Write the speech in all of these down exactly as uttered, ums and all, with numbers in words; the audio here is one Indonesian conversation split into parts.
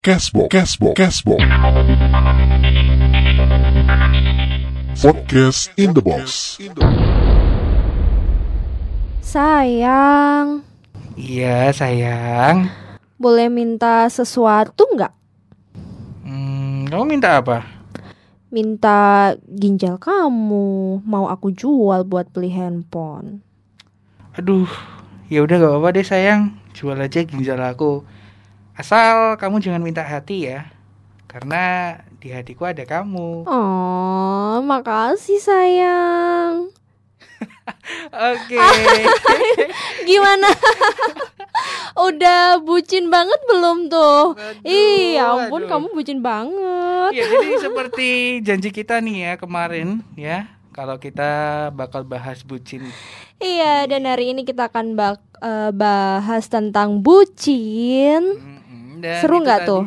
Cashbox, Cashbox, Cashbox. Podcast in the box. Sayang. Iya sayang. Boleh minta sesuatu nggak? Hmm, kamu minta apa? Minta ginjal kamu. Mau aku jual buat beli handphone. Aduh, ya udah gak apa-apa deh sayang. Jual aja ginjal aku. Asal kamu jangan minta hati ya. Karena di hatiku ada kamu. Oh, makasih sayang. Oke. Gimana? Udah bucin banget belum tuh? Aduh, Ih, ya ampun, aduh. kamu bucin banget. Ya jadi seperti janji kita nih ya kemarin ya. Kalau kita bakal bahas bucin. Iya, dan hari ini kita akan bak- eh, bahas tentang bucin. Mm-mm, dan Seru itu nggak tadi- tuh?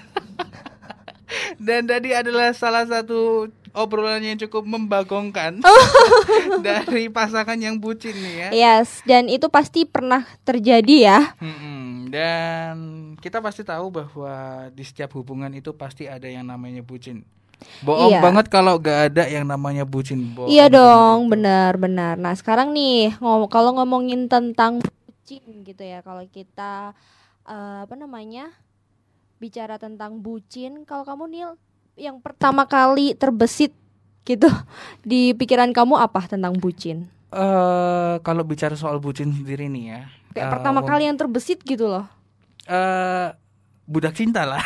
Dan tadi adalah salah satu obrolan yang cukup membagongkan dari pasangan yang bucin nih ya. Yes, dan itu pasti pernah terjadi ya. Mm-mm. Dan kita pasti tahu bahwa di setiap hubungan itu pasti ada yang namanya bucin. Bohong Iya. banget kalau gak ada yang namanya bucin. Bohong Iya dong, banget itu. benar-benar. Nah, sekarang nih, ngom- kalau ngomongin tentang bucin gitu ya, kalau kita eh, apa namanya? bicara tentang bucin, kalau kamu Nil, yang pertama kali terbesit gitu di pikiran kamu apa tentang bucin? Eh, kalau bicara soal bucin sendiri nih ya. Kayak eh, pertama kali yang terbesit gitu loh. eh, budak cinta lah.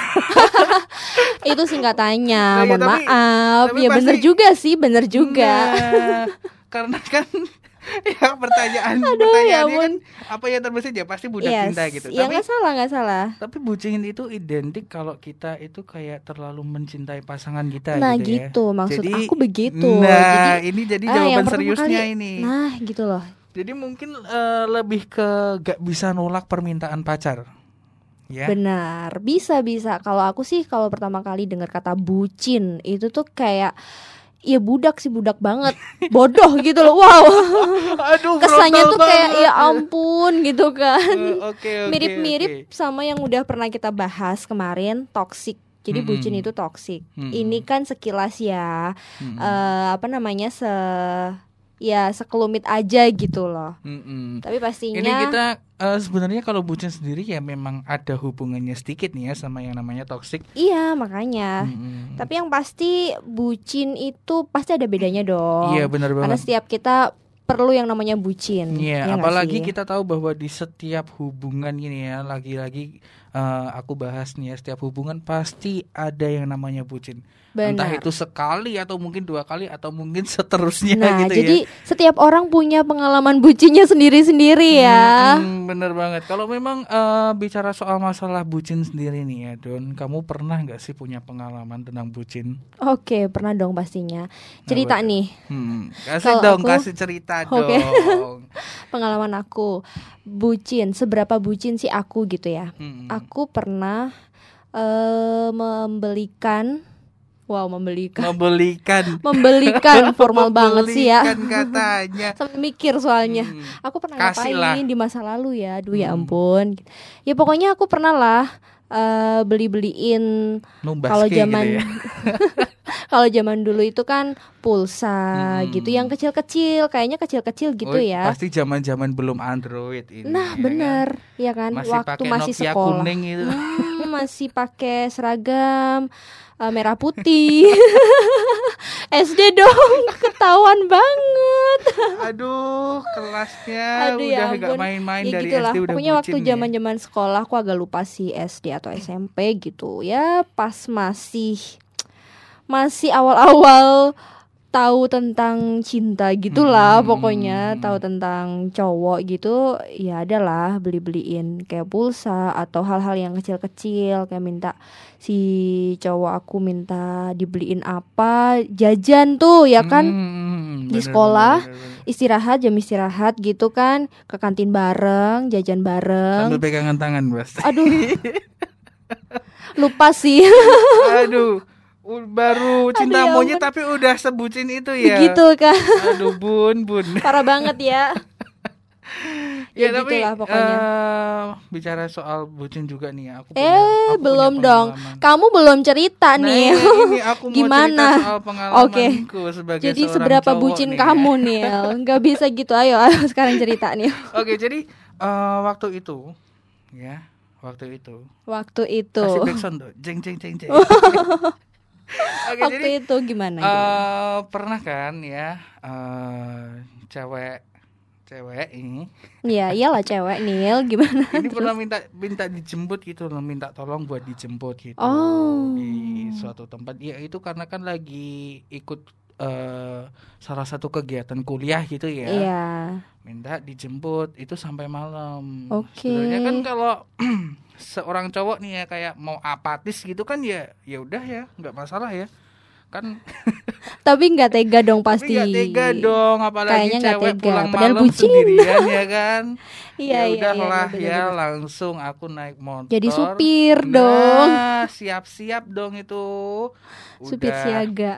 Itu singkatannya, Nah, ya, mohon tapi- maaf. tapi Ya bener pasti- juga sih, bener juga. Nah, karena kan ya pertanyaan Aduh, ya pertanyaannya ampun. kan apa yang terbesit ya pasti budak Yes, cinta gitu. ya Tapi nggak salah, nggak salah. tapi bucin itu identik kalau kita itu kayak terlalu mencintai pasangan kita Nah gitu ya. gitu, maksud Jadi- aku begitu. Nah, Jadi, ini jadi ah, yang jawaban pertama seriusnya kali- ini. nah gitu loh. Jadi mungkin eh, lebih ke gak bisa nolak permintaan pacar. Ya. Benar, bisa bisa. Kalau aku sih kalau pertama kali dengar kata bucin itu tuh kayak ya budak sih, budak banget, bodoh gitu loh. Wow, Aduh, kesannya frontal tuh kayak banget. ya ampun gitu kan. Eh, Oke, oke, Mirip-mirip oke. sama yang udah pernah kita bahas kemarin, toxic. Jadi Mm-mm. bucin itu toxic. Mm-mm. Ini kan sekilas ya, Mm-mm. eh, apa namanya se ya sekelumit aja gitu loh. Mm-mm. Tapi pastinya Ini kita eh, sebenarnya kalau bucin sendiri ya memang ada hubungannya sedikit nih ya sama yang namanya toxic. iya makanya. Mm-mm. Tapi yang pasti bucin itu pasti ada bedanya dong. Iya benar Karena banget. setiap kita perlu yang namanya bucin. Iya, ya nggak apalagi sih? kita tahu bahwa di setiap hubungan ini ya, lagi-lagi eh, aku bahas nih ya, setiap hubungan pasti ada yang namanya bucin. Entah Benar. itu sekali atau mungkin dua kali atau mungkin seterusnya Nah, gitu jadi ya. setiap orang punya pengalaman bucinnya sendiri-sendiri ya. Mm, bener banget. Kalau memang eh, bicara soal masalah bucin sendiri nih ya, Don, kamu pernah nggak sih punya pengalaman tentang bucin? Oke, pernah dong pastinya. Cerita Apa tuh? nih, Hmm, kasih Kalau dong, aku- kasih cerita Oke. dong. pengalaman aku bucin. Seberapa bucin sih aku gitu ya? Hmm. Aku pernah eh, membelikan, wow membelikan, Membelikan. membelikan formal banget sih ya. Membelikan katanya. Sampai mikir soalnya. Hmm. Aku pernah Kasih ngapain lah. di masa lalu ya. Aduh ya Hmm. ampun. Ya pokoknya aku pernah lah eh, beli-beliin Numbas kalau kayak zaman gitu ya. kalau zaman dulu itu kan pulsa Hmm. gitu yang kecil-kecil, kayaknya kecil-kecil gitu Oh, ya. Pasti zaman-zaman belum Android ini. Nah, ya kan? bener ya kan, Masih waktu pakai masih Nokia sekolah. kuning itu. Hmm, masih pakai seragam eh, merah putih. S D dong, ketahuan banget. Aduh, kelasnya Aduh, udah ya gak ampun. main-main Ya dari gitulah. S D udah Pokoknya waktu bucin ya. zaman-zaman sekolah aku agak lupa sih S D atau S M P gitu. Ya pas masih masih awal-awal tahu tentang cinta gitulah, Hmm. pokoknya tahu tentang cowok gitu. Ya adalah beli-beliin kayak pulsa atau hal-hal yang kecil-kecil, kayak minta si cowok aku minta dibeliin apa, jajan tuh ya kan. Hmm, Di bener, sekolah, bener, bener, bener. Istirahat, jam istirahat gitu kan, ke kantin bareng, jajan bareng. Sambil pegangan tangan, Bos. Aduh, lupa sih. Aduh, u- baru cinta ya monyet ampun. tapi udah sebutin itu ya. Begitu kan, Aduh, bun, bun. parah banget ya. Ya Ya, Ya tapi gitulah pokoknya. eh, bicara soal bucin juga nih ya. Aku punya, Eh, aku punya belum dong. pengalaman. Kamu belum cerita Nah, nih. ini aku mau Gimana? cerita soal pengalamanku sebagai Jadi seorang seberapa cowok bucin nih ya. kamu Nil? Nggak bisa gitu. Ayo, ayo sekarang cerita nih. Oke, jadi eh, waktu itu ya, waktu itu. Waktu itu. Kasih backsound dong. Jeng jeng jeng jeng. Oke, Waktu jadi itu gimana? gimana? eh, pernah kan ya eh, cewek cewek ini Iya, iyalah cewek Nil, gimana? ini Terus? pernah minta minta dijemput gitu loh, minta tolong buat dijemput gitu Oh. di suatu tempat. Ya itu karena kan lagi ikut eh, salah satu kegiatan kuliah gitu ya. Iya. Minta dijemput itu sampai malam. Oke. Sebenarnya kan kalau seorang cowok nih ya kayak mau apatis gitu kan ya ya udah ya, nggak masalah ya. Kan Tapi nggak tega dong pasti. tapi nggak tega dong, apalagi Kayaknya nggak cewek tega, pulang padahal malam bucin. sendirian ya kan. Iya, Ya iya, udahlah iya, ya, bener-bener. langsung aku naik motor. Jadi supir Nah, dong. siap-siap dong itu. Supir Udah siaga.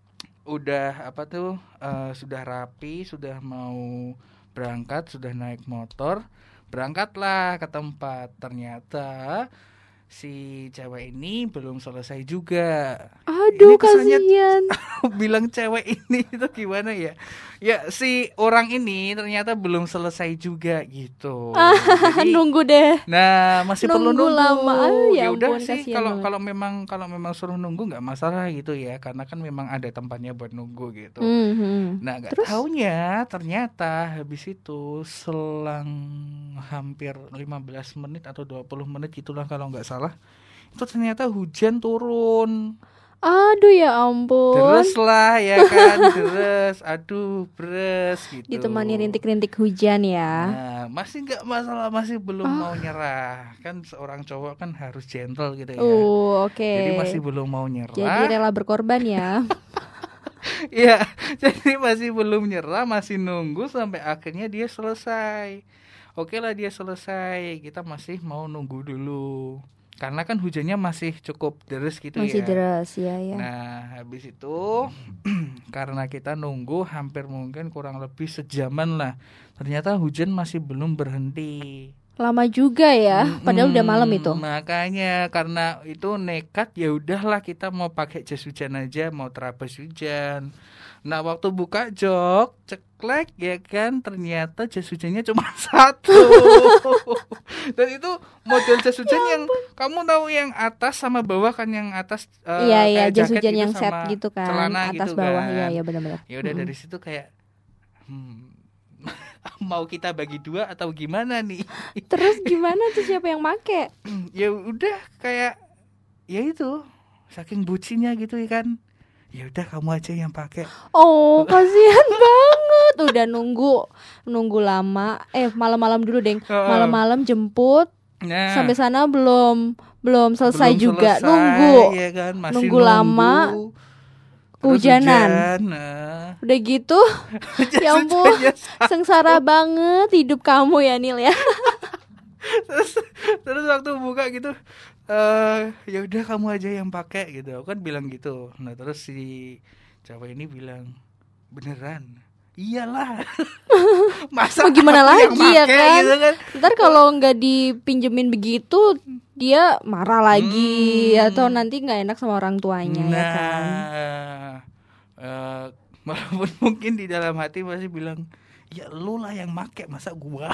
udah apa tuh eh, sudah rapi, sudah mau berangkat, sudah naik motor, berangkatlah ke tempat. Ternyata si cewek ini belum selesai juga. Aduh, Ini kesannya kasihan. bilang cewek ini itu gimana ya? Ya si orang ini ternyata belum selesai juga gitu. Jadi, Nunggu deh. nah masih perlu Nunggu nunggu. lama. Ah, ya Ya udah ampun, sih kasihan kalau banget. kalau memang kalau memang suruh nunggu nggak masalah gitu ya, karena kan memang ada tempatnya buat nunggu gitu. Mhm. Nah nggak Terus? taunya ternyata habis itu selang hampir lima belas menit atau dua puluh menit gitulah kalau nggak salah, itu ternyata hujan turun. Aduh ya ampun. Terus lah ya kan, terus aduh bres gitu. Ditemani rintik-rintik hujan ya. Nah, masih nggak masalah, masih belum Ah. mau nyerah. Kan seorang cowok kan harus gentle gitu ya. Uh, oke. Jadi masih belum mau nyerah. Jadi rela berkorban ya. Iya, jadi masih belum nyerah, masih nunggu sampai akhirnya dia selesai. Oke lah dia selesai, kita masih mau nunggu dulu. Karena kan hujannya masih cukup deras gitu Masih ya. deras ya ya. Nah, habis itu karena kita nunggu hampir mungkin kurang lebih sejaman lah. Ternyata hujan masih belum berhenti. Lama juga ya. Padahal udah malam itu. Makanya karena itu nekat, ya udahlah kita mau pakai jas hujan aja, mau terabas hujan. Nah, waktu buka jok, ceklek ya kan, ternyata jas hujannya cuma satu. Dan itu model jas hujan yang kamu tahu yang atas sama bawah kan, yang atas eh, Iya iya, kayak jas jaket hujan gitu yang set sama gitu kan, celana atas gitu bawah. kan. Iya iya benar-benar. Ya udah Mm-mm. dari situ kayak hmm, mau kita bagi dua atau gimana nih? Terus gimana tuh, siapa yang make? Ya udah kayak ya itu saking bucinnya gitu ya kan. Ya udah kamu aja yang pakai. Oh, kasihan banget. Udah nunggu nunggu lama. Eh, malam-malam dulu, Deng. Heeh. Malam-malam jemput. Nah, Sampai sana belum belum selesai belum juga. selesai, Nunggu. ya kan? Masih Nunggu lama, terus kehujanan. hujan, nah. Udah gitu, Jas ya ampun, hujannya satu. sengsara banget hidup kamu ya, Nil ya. terus terus waktu buka gitu eh ya udah kamu aja yang pakai gitu. Aku kan bilang gitu. Nah, terus si cewek ini bilang, "Beneran?" Iyalah. Masa Mau gimana aku yang lagi ya make kan? gitu kan? Ntar kalau nggak dipinjemin begitu, dia marah lagi Hmm. atau nanti nggak enak sama orang tuanya Nah, ya kan. eh, walaupun mungkin di dalam hati masih bilang, "Ya lu lah yang make, masa gua?"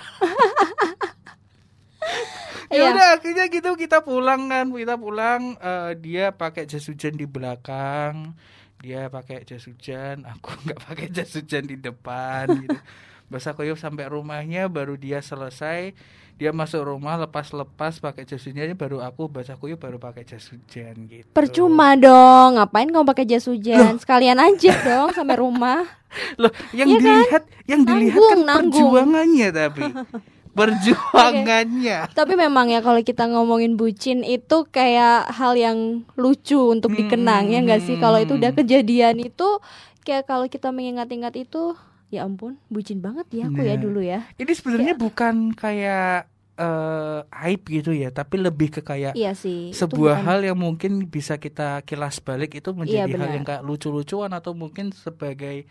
Ya Iya. udah akhirnya gitu kita pulang kan, kita pulang eh, dia pakai jas hujan di belakang, dia pakai jas hujan, aku nggak pakai jas hujan di depan gitu. Basah kuyup sampai rumahnya, baru dia selesai, dia masuk rumah lepas-lepas pakai jas hujannya, baru aku basah kuyup baru pakai jas hujan gitu. Percuma dong, ngapain kamu pakai jas hujan? Sekalian aja dong sampai rumah. Loh, yang Iya kan? dilihat yang dilihat Nanggung, kan nanggung. perjuangannya tapi perjuangannya. Tapi memang ya kalau kita ngomongin bucin itu kayak hal yang lucu untuk Hmm, dikenang ya nggak sih? hmm, Kalau itu udah hmm. kejadian itu kayak kalau kita mengingat-ingat itu, ya ampun, bucin banget ya aku ya Nah. dulu ya. Ini sebenarnya bukan kayak eh, aib gitu ya, tapi lebih ke kayak Iya sih. itu sebuah bukan- hal yang mungkin bisa kita kilas balik itu menjadi Iya, hal benar. yang kayak lucu-lucuan atau mungkin sebagai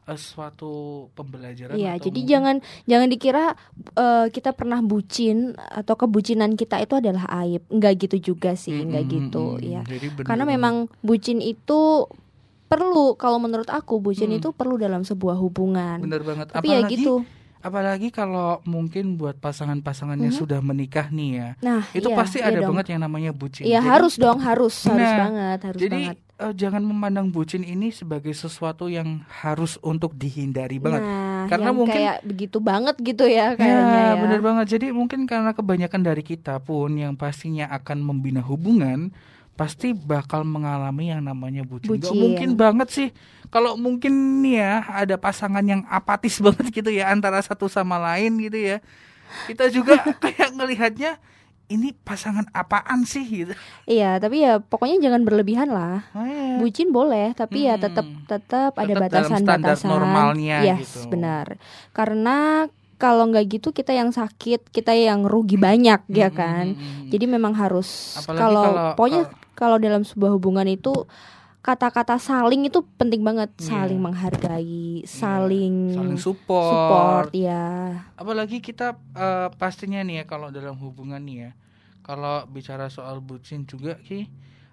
uh, suatu pembelajaran. Iya, atau jadi mungkin- jangan jangan dikira uh, kita pernah bucin atau kebucinan kita itu adalah aib. Enggak gitu juga sih, enggak Mm, gitu mm, mm. ya. Jadi bener Karena banget. memang bucin itu perlu, kalau menurut aku bucin Hmm. itu perlu dalam sebuah hubungan. Bener banget. Tapi ya Apalagi gitu. apalagi kalau mungkin buat pasangan-pasangan yang Mhm. sudah menikah nih ya, Nah, itu iya, pasti iya ada dong. banget yang namanya bucin. Iya, Jadi- harus dong, harus, harus Nah, banget, harus Jadi banget. eh, jangan memandang bucin ini sebagai sesuatu yang harus untuk dihindari banget. Nah, Karena yang mungkin- kayak begitu banget gitu ya kayaknya Ya, ya. bener banget. Jadi mungkin karena kebanyakan dari kita pun yang pastinya akan membina hubungan pasti bakal mengalami yang namanya bucin. Gak Bucin. mungkin banget sih kalau mungkin nih ya ada pasangan yang apatis banget gitu ya antara satu sama lain gitu ya. Kita juga kayak ngelihatnya ini pasangan apaan sih gitu. Iya, tapi ya pokoknya jangan berlebihan lah. Eh, Bucin boleh, tapi ya Hmm. tetap tetap ada Tetap dalam standar batasan-batasan. normalnya Yes, gitu. benar. Karena kalau nggak gitu kita yang sakit, kita yang rugi banyak, ya Hmm, kan. hmm, hmm. Jadi memang harus Apalagi kalau kalau- pokoknya kalau- kalau dalam sebuah hubungan itu kata-kata saling itu penting banget, Iya. saling menghargai, Iya, saling saling support. support ya. Apalagi kita eh, pastinya nih ya kalau dalam hubungan nih ya, kalau bicara soal bucin juga sih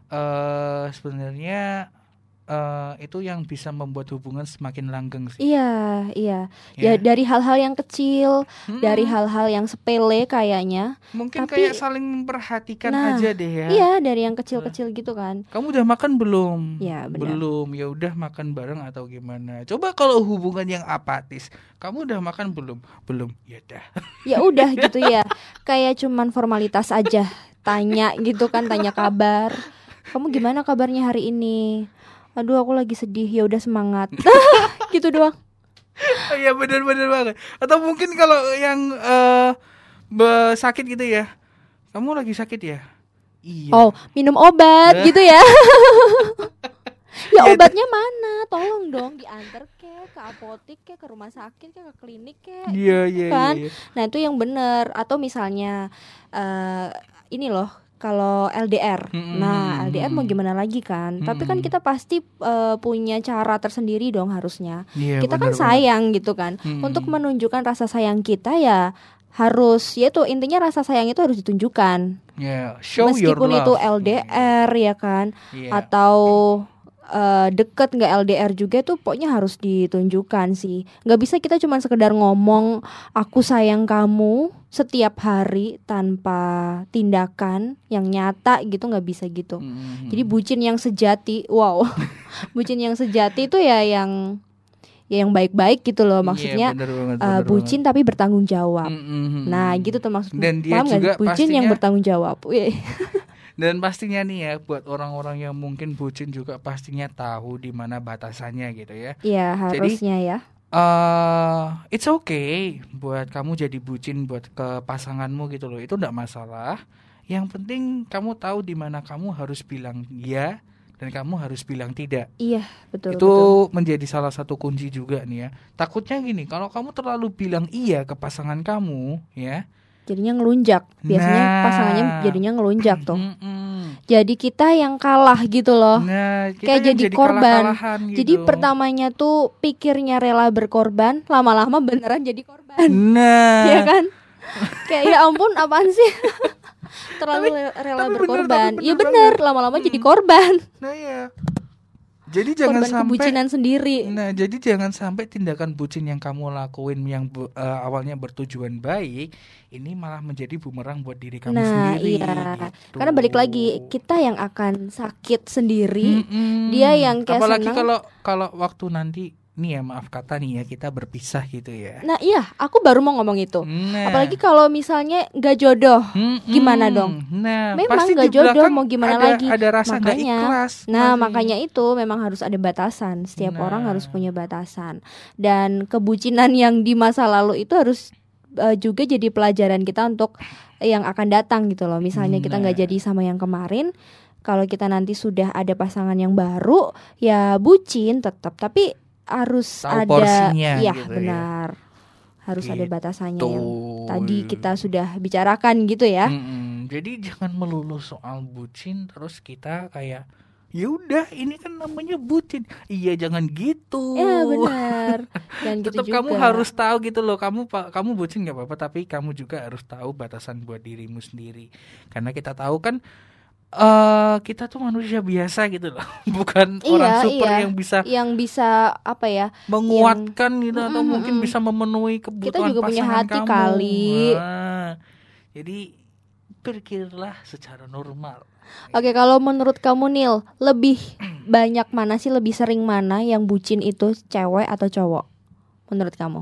eh sebenarnya eh, itu yang bisa membuat hubungan semakin langgeng sih. Iya, iya. Ya. Ya dari hal-hal yang kecil, Hmm, dari hal-hal yang sepele kayaknya. mungkin tapi- kayak saling memperhatikan Nah, aja deh ya. Iya, dari yang kecil-kecil gitu kan. Kamu udah makan belum? Ya, benar. Belum. Ya udah makan bareng atau gimana? Coba kalau hubungan yang apatis, kamu udah makan belum? Belum. Ya udah. Ya udah gitu ya. Kayak cuman formalitas aja. Tanya gitu kan, tanya kabar. Kamu gimana kabarnya hari ini? Aduh, aku lagi sedih. Ya udah semangat. Gitu doang. Iya benar-benar banget. Atau mungkin kalau yang eh be- sakit gitu ya. Kamu lagi sakit ya? Iya. Oh, minum obat gitu ya. Ya Ya, obatnya mana? Tolong dong diantar ke ke apotik ke ke rumah sakit ke ke klinik ke. Iya iya kan? iya. Nah, itu yang benar. Atau misalnya eh ini loh, kalau L D R. Mm-mm. Nah, L D R mau gimana lagi kan? Tapi kan Mm-mm. kita pasti eh, punya cara tersendiri dong harusnya. Iya, Kita kan benar banget. sayang gitu kan. Mm-mm. Untuk menunjukkan rasa sayang kita ya harus, yaitu intinya rasa sayang itu harus ditunjukkan. Ya, show your Meskipun love. itu L D R ya kan, Iya. atau eh, deket nggak L D R juga tuh pokoknya harus ditunjukkan sih. Nggak bisa kita cuma sekedar ngomong aku sayang kamu setiap hari tanpa tindakan yang nyata gitu, nggak bisa gitu. Mm-mm. Jadi bucin yang sejati, wow, bucin yang sejati itu ya yang ya yang baik-baik gitu loh, maksudnya. Iya, benar banget, eh, benar bucin tapi bertanggung banget. jawab. Mm-mm. Nah gitu tuh maksudnya. Dan dia Paham nggak? juga Bucin yang pastinya- bertanggung jawab. Wih. Dan pastinya nih ya buat orang-orang yang mungkin bucin juga pastinya tahu di mana batasannya gitu ya. Iya Jadi- harusnya ya. eh it's okay buat kamu jadi bucin buat ke pasanganmu gitu loh. Itu enggak masalah. Yang penting kamu tahu di mana kamu harus bilang ya dan kamu harus bilang tidak. Iya betul. Itu betul. menjadi salah satu kunci juga nih ya. Takutnya gini, kalau kamu terlalu bilang iya ke pasangan kamu, ya. Jadinya ngelunjak. Biasanya Nah. pasangannya jadinya ngelunjak tuh. Mm-mm. Jadi kita yang kalah gitu loh. Nah, kita Kayak yang jadi korban. kalah-kalahan gitu. Jadi pertamanya tuh pikirnya rela berkorban, lama-lama beneran jadi korban. Nah, Ya kan? Kayak ya ampun apaan sih? Terlalu le- rela tapi bener, berkorban. tapi Iya bener bener, banget. lama-lama Hmm. jadi korban. nah ya. Jadi jangan Korban sampai kebucinan sendiri. Nah, jadi jangan sampai tindakan bucin yang kamu lakuin yang bu- eh, awalnya bertujuan baik, ini malah menjadi bumerang buat diri kamu Nah, sendiri. iya. gitu. Karena balik lagi kita yang akan sakit sendiri. Mm-mm. dia yang kayak apalagi senang. kalau kalau waktu nanti nih ya maaf kata nih ya kita berpisah gitu ya. Nah iya, aku baru mau ngomong itu. Nah. Apalagi kalau misalnya nggak jodoh. Mm-mm. gimana dong? Nah, Memang pasti nggak di jodoh, belakang mau gimana ada, lagi? Ada rasa nggak Makanya. ikhlas. Nah pasti. makanya itu memang harus ada batasan. Setiap Nah. orang harus punya batasan. Dan kebucinan yang di masa lalu itu harus eh, juga jadi pelajaran kita untuk yang akan datang gitu loh. Misalnya kita nggak Nah. jadi sama yang kemarin, kalau kita nanti sudah ada pasangan yang baru, ya bucin tetap. Tapi harus Tahu ada, porsinya iya gitu ya. benar. Harus ada Gitu. batasannya yang tadi kita sudah bicarakan gitu ya. Mm-mm. Jadi jangan melulu soal bucin terus kita kayak Ya udah, ini kan namanya bucin. Iya, jangan gitu. Ya benar. Dan gitu Tetap juga. kamu harus tahu gitu loh. Kamu pa- kamu bucin nggak apa-apa, tapi kamu juga harus tahu batasan buat dirimu sendiri. Karena kita tahu kan eh kita tuh manusia biasa gitu loh. Bukan Iya, orang super iya. yang bisa yang bisa apa ya? menguatkan gitu atau Mm-mm, mungkin mm-mm. bisa memenuhi kebutuhan juga punya pasangan hati kamu. kali. Nah, jadi pikirlah secara normal. Oke, kalau menurut kamu Nil, lebih banyak mana sih, lebih sering mana yang bucin itu, cewek atau cowok? Menurut kamu?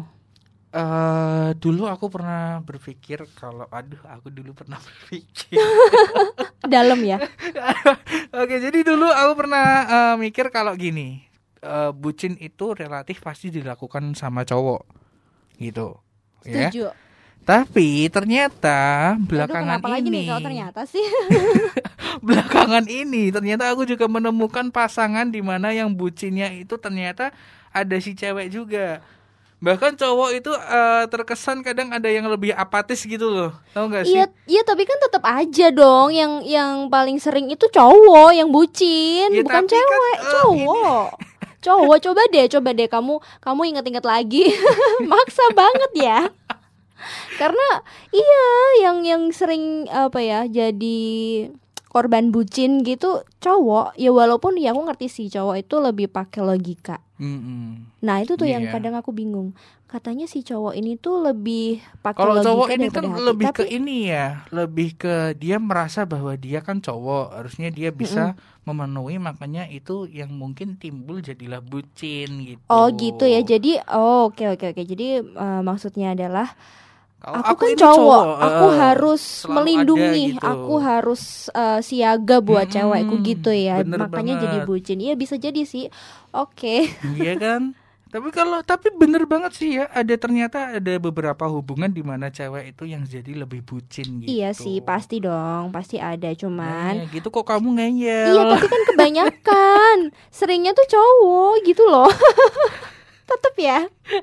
Eh dulu aku pernah berpikir kalau aduh aku dulu pernah berpikir. Dalam ya? Oke, jadi dulu aku pernah eh, mikir kalau gini, eh, bucin itu relatif pasti dilakukan sama cowok, gitu, ya. Setuju. Tapi ternyata Aduh, belakangan kenapa lagi nih ini, kalau ternyata sih? belakangan ini ternyata aku juga menemukan pasangan di mana yang bucinnya itu ternyata ada si cewek juga. Bahkan cowok itu eh, terkesan kadang ada yang lebih apatis gitu loh, tahu nggak sih? Iya, iya tapi kan tetap aja dong yang yang paling sering itu cowok yang bucin, Ya, bukan tapi kan, cewek, eh, cowok. Cowok, coba deh, coba deh kamu kamu inget-inget lagi. Maksa banget ya. Karena iya yang yang sering apa ya jadi korban bucin gitu cowok. Ya walaupun ya aku ngerti sih cowok itu lebih pakai logika. Mm-mm. Nah itu tuh yang Iya. kadang aku bingung. Katanya si cowok ini tuh lebih pakai Kalau logika cowok ini kan daripada hati. lebih ke Tapi ini ya, lebih ke dia merasa bahwa dia kan cowok, harusnya dia bisa memenuhi, makanya itu yang mungkin timbul jadilah bucin gitu. oh gitu ya. Jadi oh oke oke oke. Jadi eh, maksudnya adalah Kalau aku, kan ini cowok, aku eh, harus selalu melindungi, ada gitu. aku harus eh, siaga buat Mm-mm, cewekku gitu ya. bener Makanya banget. jadi bucin. Iya bisa jadi sih. Oke. Iya kan? Tapi kalau tapi bener banget sih ya, ada ternyata ada beberapa hubungan di mana cewek itu yang jadi lebih bucin gitu. Iya sih, pasti dong, pasti ada. Cuman Nah, gitu kok kamu ngeyel. iya tapi kan kebanyakan seringnya tuh cowok gitu loh. Tetep ya.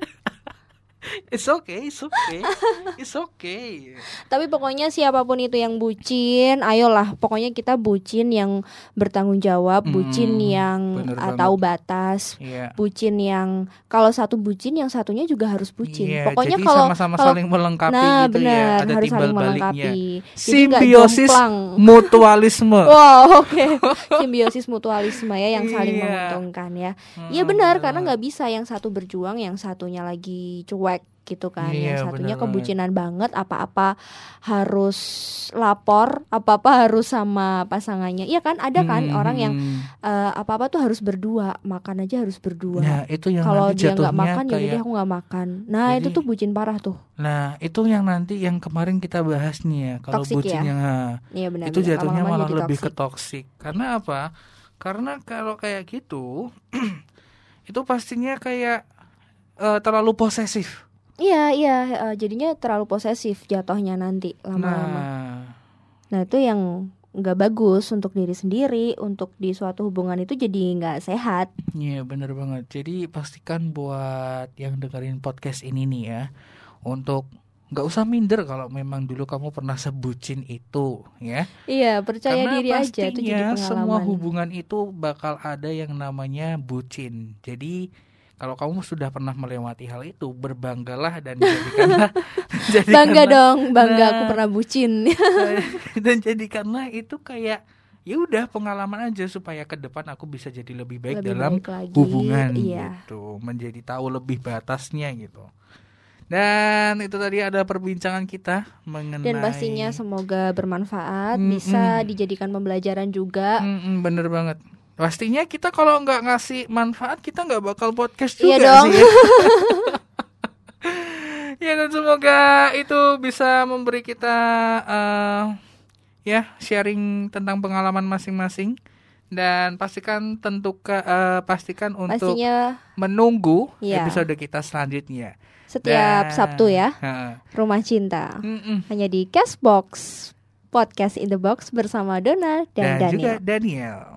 It's okay, it's okay, it's okay. Tapi pokoknya siapapun itu yang bucin, ayolah. Pokoknya kita bucin yang bertanggung jawab, bucin Hmm, yang bener uh, banget. tahu batas, Iya. bucin yang kalau satu bucin yang satunya juga harus bucin. Iya, Pokoknya jadi kalau sama-sama kalau- saling melengkapi nah gitu benar ya. Ada harus timbal saling baliknya. melengkapi. Jadi nggak Simbiosis jomplang. mutualisme. Wow, oke. Simbiosis mutualisme ya yang saling Iya. menguntungkan ya. Hmm, Iya benar bener karena banget. nggak bisa yang satu berjuang, yang satunya lagi cuek gitu kan. Iya, Yang satunya benar banget. kebucinan banget, apa-apa harus lapor, apa-apa harus sama pasangannya. Iya kan, ada kan Hmm, orang yang hmm. eh, apa-apa tuh harus berdua, makan aja harus berdua. Nah, itu yang Kalau nanti dia nggak jatuhnya makan ya udah kayak aku nggak makan. Nah itu Jadi- tuh bucin parah tuh. Nah, itu yang nanti yang kemarin kita bahas nih ya. Kalau Toxic bucin ya? yang ah, Iya benar. itu benar. jatuhnya Lama-lama malah jadi lebih ke toxic. toksik. Karena apa? Karena kalau kayak gitu itu pastinya kayak eh, terlalu posesif. Iya iya eh, jadinya terlalu posesif jatuhnya nanti lama-lama. Nah, Nah itu yang nggak bagus untuk diri sendiri, untuk di suatu hubungan itu jadi nggak sehat. iya bener banget. Jadi pastikan buat yang dengerin podcast ini nih ya, untuk nggak usah minder kalau memang dulu kamu pernah sebucin itu ya. Iya percaya Karena diri aja itu jadi pastinya semua pengalaman. hubungan itu bakal ada yang namanya bucin. Jadi kalau kamu sudah pernah melewati hal itu, berbanggalah dan jadikanlah jadikanlah- Bangga dong, bangga Nah. aku pernah bucin. dan jadikanlah itu kayak ya udah pengalaman aja supaya ke depan aku bisa jadi lebih baik Lebih dalam baik lagi, hubungan iya. gitu, menjadi tahu lebih batasnya gitu. Dan itu tadi ada perbincangan kita mengenai Dan pastinya semoga bermanfaat, Mm-mm. bisa dijadikan pembelajaran juga. Mm-mm, bener banget. Pastinya kita kalau nggak ngasih manfaat kita nggak bakal podcast Iya juga dong. sih. Ya. Ya, dan semoga itu bisa memberi kita eh, ya sharing tentang pengalaman masing-masing, dan pastikan tentukan eh, pastikan untuk Pastinya menunggu Iya. episode kita selanjutnya. setiap Dan- Sabtu ya, Ha. Rumah Cinta. Mm-mm. Hanya di Castbox, Podcast in the Box bersama Dona dan, Dan juga Daniel. Daniel.